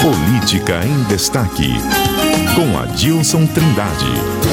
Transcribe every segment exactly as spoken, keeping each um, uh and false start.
Política em Destaque, com Adilson Trindade.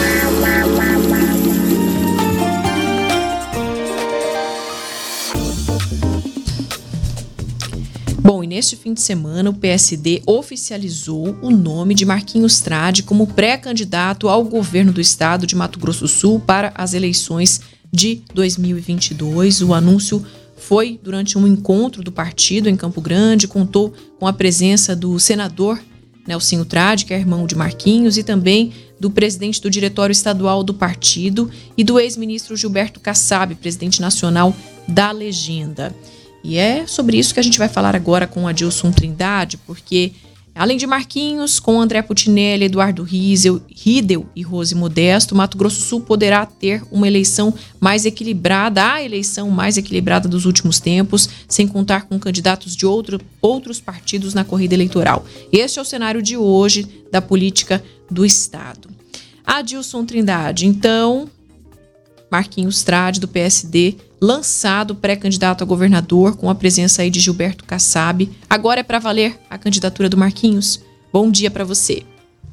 Bom, e neste fim de semana o P S D oficializou o nome de Marquinhos Trade como pré-candidato ao governo do estado de Mato Grosso do Sul para as eleições de dois mil e vinte e dois. O anúncio foi durante um encontro do partido em Campo Grande, contou com a presença do senador Nelsinho Trade, que é irmão de Marquinhos, e também do presidente do diretório estadual do partido e do ex-ministro Gilberto Kassab, presidente nacional da Legenda. E é sobre isso que a gente vai falar agora com Adilson Trindade, porque além de Marquinhos, com André Putinelli, Eduardo Riesel, Riedel e Rose Modesto, Mato Grosso do Sul poderá ter uma eleição mais equilibrada, a eleição mais equilibrada dos últimos tempos, sem contar com candidatos de outro, outros partidos na corrida eleitoral. Este é o cenário de hoje da política do estado. Adilson Trindade, então, Marquinhos Trade, do P S D, lançado pré-candidato a governador, com a presença aí de Gilberto Kassab. Agora é para valer a candidatura do Marquinhos. Bom dia para você.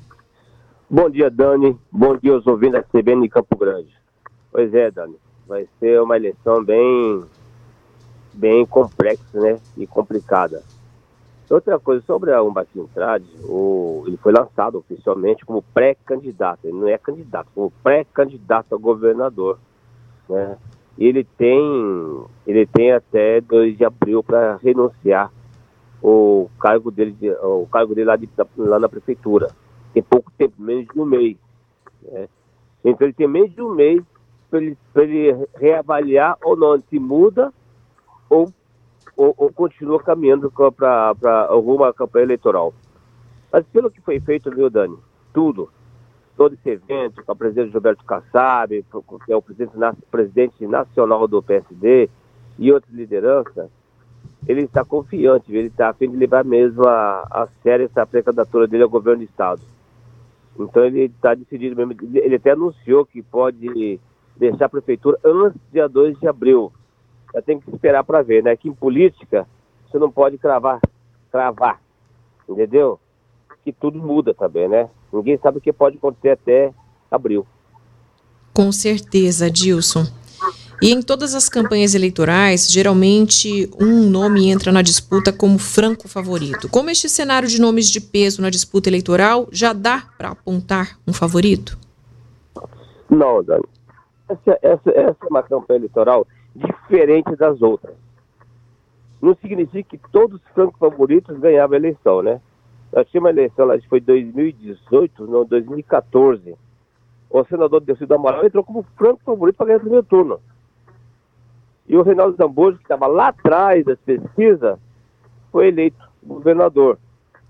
Bom dia, Dani. Bom dia aos ouvintes da C B N de Campo Grande. Pois é, Dani. Vai ser uma eleição bem, bem complexa, né? E complicada. Outra coisa, sobre o Marquinhos Trade, o, ele foi lançado oficialmente como pré-candidato. Ele não é candidato, como pré-candidato a governador, né? E ele tem, ele tem até dois de abril para renunciar o cargo dele, de, o cargo dele lá, de, lá na prefeitura. Tem pouco tempo, menos de um mês, né? Então ele tem menos de um mês para ele, ele reavaliar ou não, se muda ou Ou, ou continua caminhando para alguma campanha eleitoral. Mas pelo que foi feito, viu, Dani? Tudo. Todo esse evento, com a presidente Gilberto Kassab, que é o presidente, presidente nacional do P S D, e outras lideranças, ele está confiante, ele está a fim de levar mesmo a, a sério essa pré-candidatura dele ao governo do estado. Então ele está decidido mesmo, ele até anunciou que pode deixar a prefeitura antes do dia dois de abril. Já tem que esperar para ver, né? Que em política você não pode cravar, cravar, entendeu? Que tudo muda também, né? Ninguém sabe o que pode acontecer até abril. Com certeza, Adilson. E em todas as campanhas eleitorais, geralmente um nome entra na disputa como franco favorito. Como este cenário de nomes de peso na disputa eleitoral, já dá para apontar um favorito? Não, Dani. Essa, essa, essa é uma campanha eleitoral diferente das outras. Não significa que todos os francos favoritos ganhavam a eleição, né? Nós tínhamos uma eleição, acho que foi dois mil e dezoito, não, dois mil e quatorze. O senador Delcídio Amaral entrou como franco favorito para ganhar o primeiro turno. E o Reinaldo Zambojo, que estava lá atrás das pesquisas, foi eleito governador.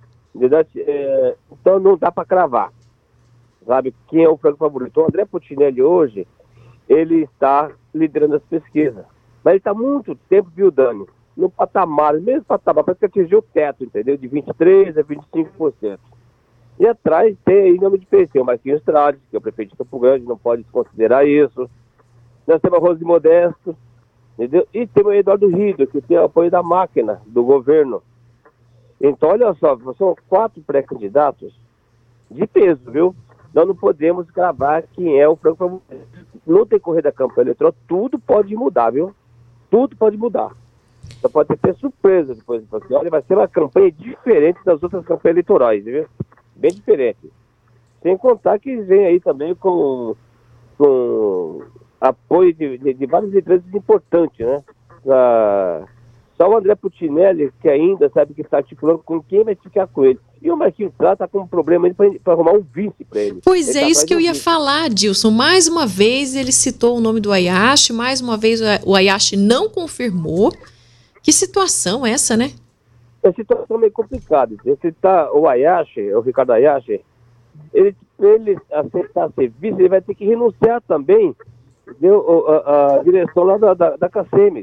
É, então não dá para cravar, sabe, quem é o franco favorito. O André Putinelli hoje, ele está liderando as pesquisas. Mas ele está há muito tempo, viu, Dani? No patamar, mesmo patamar, parece que atingiu o teto, entendeu? De vinte e três por cento a vinte e cinco por cento. E atrás tem aí nome de P C, o Marquinhos Trade, que é o prefeito de Campo Grande, não pode desconsiderar isso. Nós temos a Rose Modesto, entendeu? E temos o Eduardo Riedel, que tem o apoio da máquina, do governo. Então, olha só, são quatro pré-candidatos de peso, viu? Nós não podemos cravar quem é o franco favorito. No decorrer da campanha eleitoral, tudo pode mudar, viu? Tudo pode mudar. Só pode ter surpresa depois. Olha, vai ser uma campanha diferente das outras campanhas eleitorais, viu? Bem diferente. Sem contar que vem aí também com, com apoio de, de, de várias empresas importantes, né? Ah, só o André Putinelli, que ainda sabe que está articulando com quem vai ficar com ele. E o Marquinhos Trade está com um problema para arrumar um vice para ele. Pois ele é, tá isso que eu ia vice. falar, Dilson. Mais uma vez ele citou o nome do Ayashi, mais uma vez o Ayashi não confirmou. Que situação é essa, né? É situação meio complicada. Esse tá, o Ayashi, o Ricardo Ayashi, ele, ele aceitar ser vice, ele vai ter que renunciar também, entendeu? A, a direção lá da, da, da Cacemes.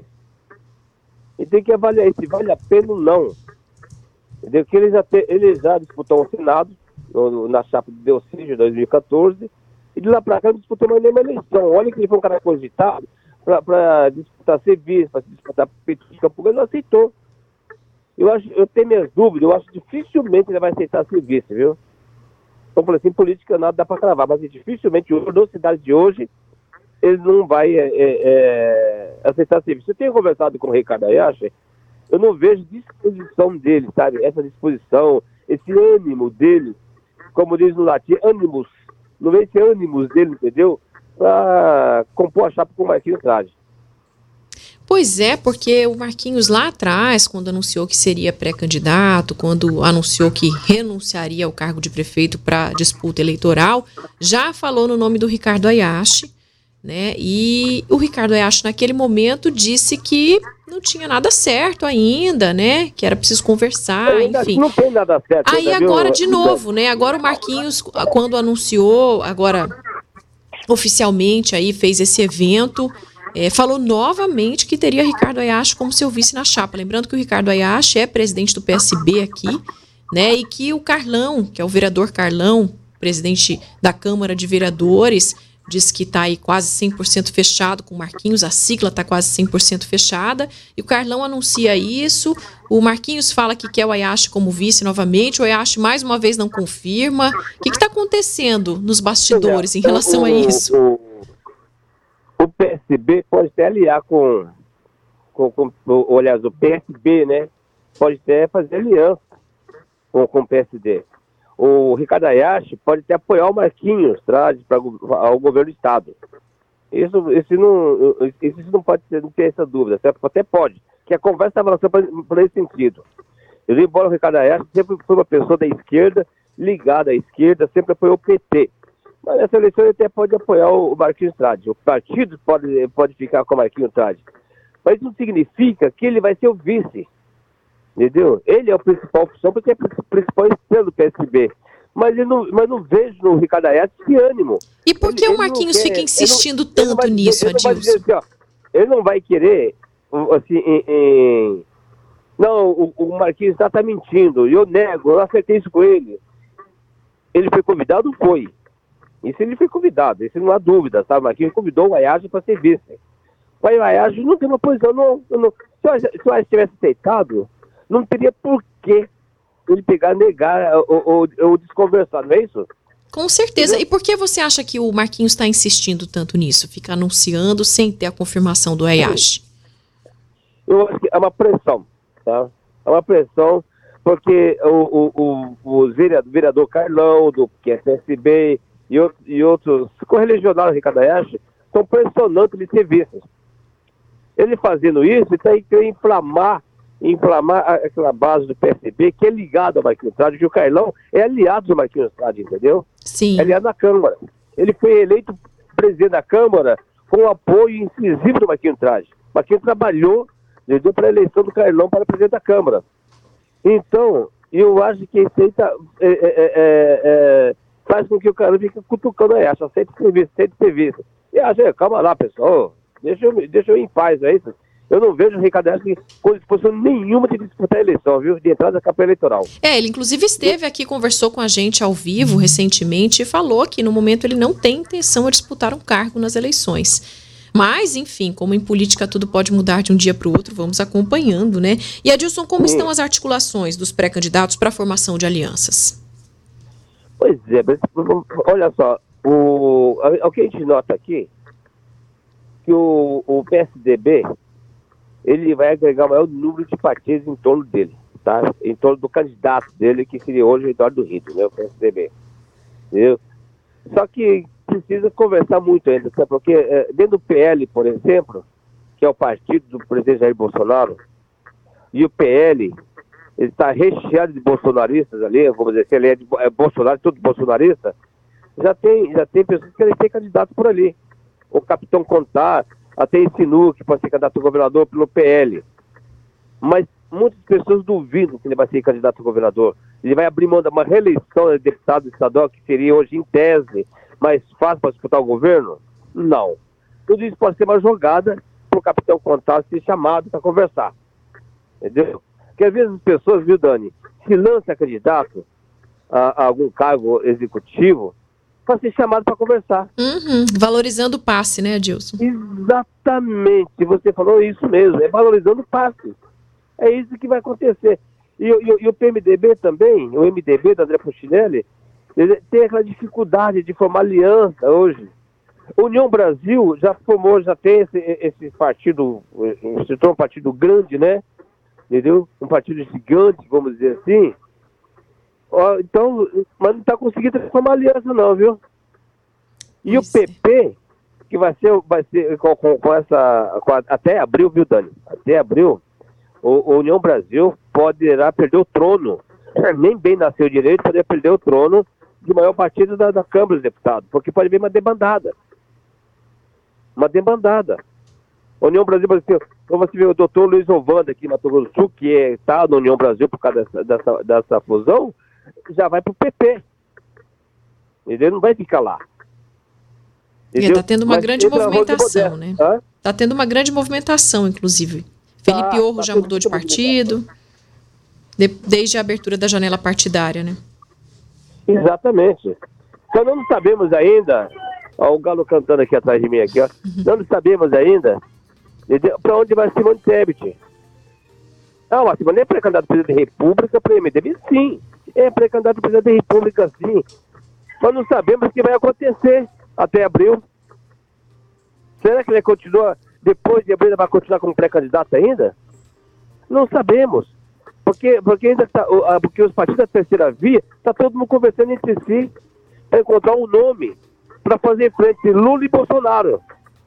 E tem que avaliar se vale a pena ou não. Entendeu? Que ele já, te, ele já disputou o Senado, no, na chapa de Delcídio, em dois mil e quatorze, e de lá para cá não disputou mais nenhuma eleição. Olha que ele foi um cara cogitado para disputar ser vice, para disputar prefeito de Campo Grande, não aceitou. Eu, acho, eu tenho minhas dúvidas, eu acho que dificilmente ele vai aceitar ser vice, viu? Então, por assim, política nada dá para cravar, mas dificilmente, na cidade de hoje, ele não vai é, é, aceitar ser vice. Eu tenho conversado com o Ricardo Hayashi, eu não vejo disposição dele, sabe? Essa disposição, esse ânimo dele, como diz no latim, ânimos, não vejo esse ânimos dele, entendeu? Para compor a chapa com o Marquinhos Trade. Pois é, porque o Marquinhos lá atrás, quando anunciou que seria pré-candidato, quando anunciou que renunciaria ao cargo de prefeito para disputa eleitoral, já falou no nome do Ricardo Hayashi, né? E o Ricardo Hayashi naquele momento disse que não tinha nada certo ainda, né? Que era preciso conversar, ainda enfim. Não tem nada certo. Aí ainda, agora viu? de novo, né? Agora o Marquinhos, quando anunciou, agora oficialmente aí fez esse evento, é, falou novamente que teria Ricardo Hayashi como seu vice na chapa. Lembrando que o Ricardo Hayashi é presidente do P S B aqui, né? E que o Carlão, que é o vereador Carlão, presidente da Câmara de Vereadores, diz que está aí quase cem por cento fechado com o Marquinhos, a sigla está quase cem por cento fechada, e o Carlão anuncia isso, o Marquinhos fala que quer o Hayashi como vice novamente, o Hayashi mais uma vez não confirma. O que está acontecendo nos bastidores em relação o, a isso? O, o P S B pode até aliar com, com, com o, aliás, o P S B, né, pode até fazer aliança com, com o P S D. O Ricardo Hayashi pode até apoiar o Marquinhos Trade para o governo do Estado. Isso, isso, não, isso não pode ter, não ter essa dúvida, certo? Até pode, que a conversa está avançando para esse sentido. Eu, embora o Ricardo Hayashi sempre foi uma pessoa da esquerda, ligada à esquerda, sempre apoiou o P T. Mas nessa eleição ele até pode apoiar o Marquinhos Trade. O partido pode, pode ficar com o Marquinhos Trade. Mas isso não significa que ele vai ser o vice. Entendeu? Ele é a principal opção, porque é a principal estrela do P S B. Mas eu não, mas não vejo no Ricardo Hayashi esse ânimo. E por que ele, o Marquinhos quer, fica insistindo ele não, tanto ele vai, nisso, ele não Adilson? Assim, ó, ele não vai querer, assim, em, em... não, o, o Marquinhos está tá mentindo, eu nego, eu acertei isso com ele. Ele foi convidado? Foi. Isso ele foi convidado, isso não há dúvida, sabe? O Marquinhos convidou o Hayashi para ser vice. Mas o Hayashi não tem uma posição, não, não. Se o Hayashi tivesse aceitado, não teria por que ele pegar, negar ou, ou, ou desconversar, não é isso? Com certeza. E por que você acha que o Marquinhos está insistindo tanto nisso? Fica anunciando sem ter a confirmação do Hayashi? Eu acho que é uma pressão, tá? É uma pressão, porque o, o, o, o vereador, vereador Carlão, do que é P S B, e, e outros correligionários do Ricardo Hayashi, estão pressionando ele ser vice. Ele fazendo isso, ele está querendo inflamar inflamar aquela base do P S B que é ligado ao Marquinhos Trade, que o Carlão é aliado do Marquinhos Trade, entendeu? Sim. É aliado na Câmara. Ele foi eleito presidente da Câmara com o apoio incisivo do Marquinhos Trade. O Marquinhos trabalhou, entendeu, para a eleição do Carlão para presidente da Câmara. Então, eu acho que isso aí tá, é, é, é, é, faz com que o Carlão fique cutucando aí, acha, aceita serviço, aceita serviço. E acha, calma lá, pessoal, deixa eu, deixa eu ir em paz, é isso? Eu não vejo o Ricardo Hayashi com disposição nenhuma de disputar a eleição, viu? De entrada da campanha eleitoral. É, ele inclusive esteve aqui, conversou com a gente ao vivo recentemente e falou que no momento ele não tem intenção de disputar um cargo nas eleições. Mas, enfim, como em política tudo pode mudar de um dia para o outro, vamos acompanhando, né? E, Adilson, como Sim. estão as articulações dos pré-candidatos para a formação de alianças? Pois é, mas, olha só, o, o que a gente nota aqui, que o, o P S D B, ele vai agregar o maior número de partidos em torno dele, tá? Em torno do candidato dele, que seria hoje o Eduardo Rito, né? O P S D B. Entendeu? Só que precisa conversar muito ainda, sabe? Porque é, dentro do P L, por exemplo, que é o partido do presidente Jair Bolsonaro, e o P L, ele está recheado de bolsonaristas ali, vamos dizer, se ele é, de, é Bolsonaro, tudo bolsonarista, já tem, já tem pessoas que querem ser candidato por ali. O Capitão Contar, até Insinu, que pode ser candidato a governador pelo P L. Mas muitas pessoas duvidam que ele vai ser candidato a governador. Ele vai abrir mão de uma reeleição de deputado estadual, que seria hoje, em tese, mais fácil para disputar o governo? Não. Tudo isso pode ser uma jogada para o Capitão Contar ser chamado para conversar. Entendeu? Porque às vezes as pessoas, viu, Dani, se lança candidato a, a algum cargo executivo para ser chamado para conversar. Uhum, valorizando o passe, né, Adilson? Exatamente, você falou isso mesmo, é valorizando o passe. É isso que vai acontecer. E, e, e o P M D B também, o M D B do André Puccinelli, ele tem aquela dificuldade de formar aliança hoje. União Brasil já formou, já tem esse, esse partido, se tornou um partido grande, né? Entendeu? Um partido gigante, vamos dizer assim. Ó, então, mas não está conseguindo formar aliança não, viu? E Isso. o P P, que vai ser, vai ser com, com, com essa, com a, até abril, viu, Dani? Até abril, o, o União Brasil poderá perder o trono. Nem bem nasceu direito, poderá perder o trono de maior partido da, da Câmara dos Deputados, porque pode vir uma debandada. Uma debandada. União Brasil, então você vê o doutor Luiz Ovanda aqui na Mato Grosso do Sul, que está na União Brasil por causa dessa, dessa, dessa fusão, já vai para o P P. Ele não vai ficar lá. Está tendo uma Mas grande movimentação, né? Está tendo uma grande movimentação, inclusive. Felipe Orro tá, já mudou de partido, de, desde a abertura da janela partidária, né? Exatamente. Então não sabemos ainda, ó, o Galo cantando aqui atrás de mim, aqui, ó. Uhum. Não sabemos ainda para onde vai Simone Tebet. Não, a Simone é pré-candidato a presidente da República, para o M D B, sim. É pré-candidato a presidente da República, sim. Mas não sabemos o que vai acontecer até abril. Será que ele continua, depois de abril, ele vai continuar como pré-candidato ainda? Não sabemos. Porque, porque, ainda tá, porque os partidos da terceira via, está todo mundo conversando entre si para encontrar um nome para fazer frente Lula e Bolsonaro.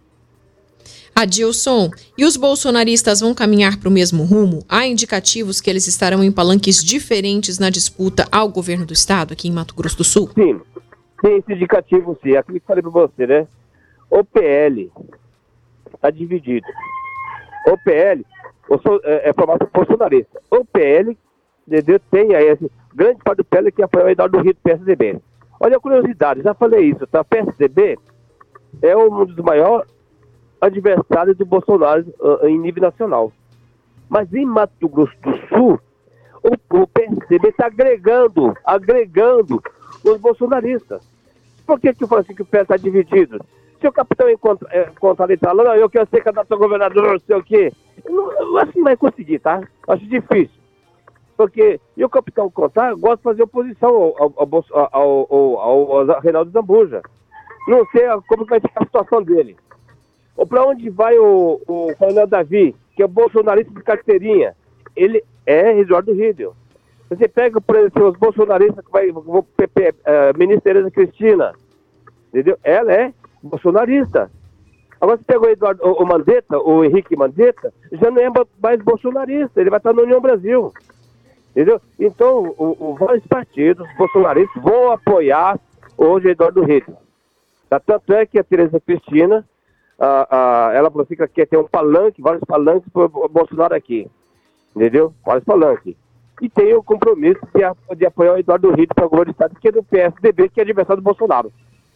Adilson, e os bolsonaristas vão caminhar para o mesmo rumo? Há indicativos que eles estarão em palanques diferentes na disputa ao governo do estado, aqui em Mato Grosso do Sul? Sim, tem esse indicativo sim. Aquilo que falei para você, né? O P L está dividido. O P L é, é formato bolsonarista. O P L entendeu? Tem aí esse, grande parte do P L que apoia o Eduardo Rio do P S D B. Olha a curiosidade, já falei isso, tá? O P S D B é um dos maiores adversários do Bolsonaro uh, em nível nacional. Mas em Mato Grosso do Sul, o, o P S D B está agregando, agregando os bolsonaristas. Por que que eu falo assim que o P S está dividido? Se o capitão encontra, é, encontrar ali e fala, não, eu quero ser candidato a governador, não sei o quê, não, eu acho que não vai conseguir, tá? Acho difícil. Porque, e o capitão Contar gosta de fazer oposição ao, ao, ao, ao, ao, ao Reinaldo Zambuja. Não sei como vai ficar a situação dele. Ou para onde vai o, o Coronel Davi, que é bolsonarista de carteirinha. Ele é Eduardo Rídio. Você pega, por exemplo, os bolsonaristas que vai, o P P, a ministra Tereza Cristina, entendeu? Ela é bolsonarista. Agora você pega o, Eduardo, o, o Mandetta, o Henrique Mandetta, já não é mais bolsonarista, ele vai estar na União Brasil. Entendeu? Então, o, o, vários partidos bolsonaristas vão apoiar hoje Eduardo Rídio. Tá? Tanto é que a Tereza Cristina, a, a, ela falou assim que quer ter um palanque, vários palanques para o Bolsonaro aqui. Entendeu? Vários palanques. E tem o compromisso de, de apoiar o Eduardo Rídio para o governo do estado, que é do P S D B, que é adversário do Bolsonaro.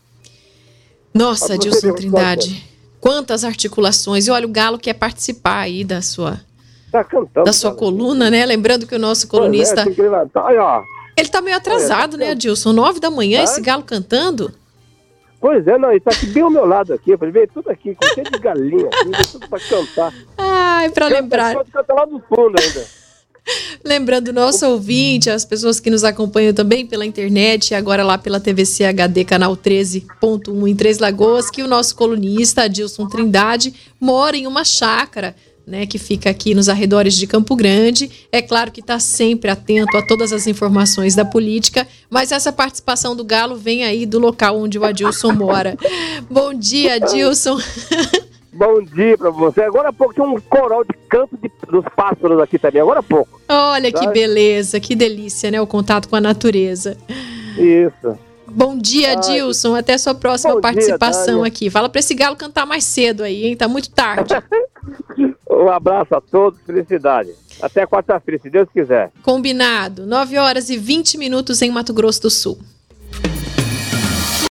Nossa, Adilson Trindade, quantas articulações. E olha, o Galo quer participar aí da sua... Tá cantando, da sua cara. coluna, né? Lembrando que o nosso colunista... É, que Ai, ó. Ele tá meio atrasado, Olha, né, Adilson? Nove da manhã, ah? esse Galo cantando? Pois é, não, ele tá aqui bem ao meu lado aqui. Eu falei, vem tudo aqui, com cheio de galinha, aqui, tudo pra cantar. Ai, pra canta, lembrar... Pode cantar lá no fundo ainda. Lembrando o nosso ouvinte, as pessoas que nos acompanham também pela internet e agora lá pela T V C H D, canal treze ponto um em Três Lagoas, que o nosso colunista, Adilson Trindade, mora em uma chácara, né, que fica aqui nos arredores de Campo Grande. É claro que está sempre atento a todas as informações da política, mas essa participação do Galo vem aí do local onde o Adilson mora. Bom dia, Adilson. Bom dia para você. Agora há pouco tinha um coral de canto de, dos pássaros aqui também, agora há pouco. Olha que beleza, que delícia, né, o contato com a natureza. Isso. Bom dia, Adilson. Até a sua próxima Bom participação dia, aqui. Fala para esse Galo cantar mais cedo aí, hein? Tá muito tarde. Um abraço a todos, felicidade. Até quarta-feira, se Deus quiser. Combinado. nove horas e vinte minutos em Mato Grosso do Sul.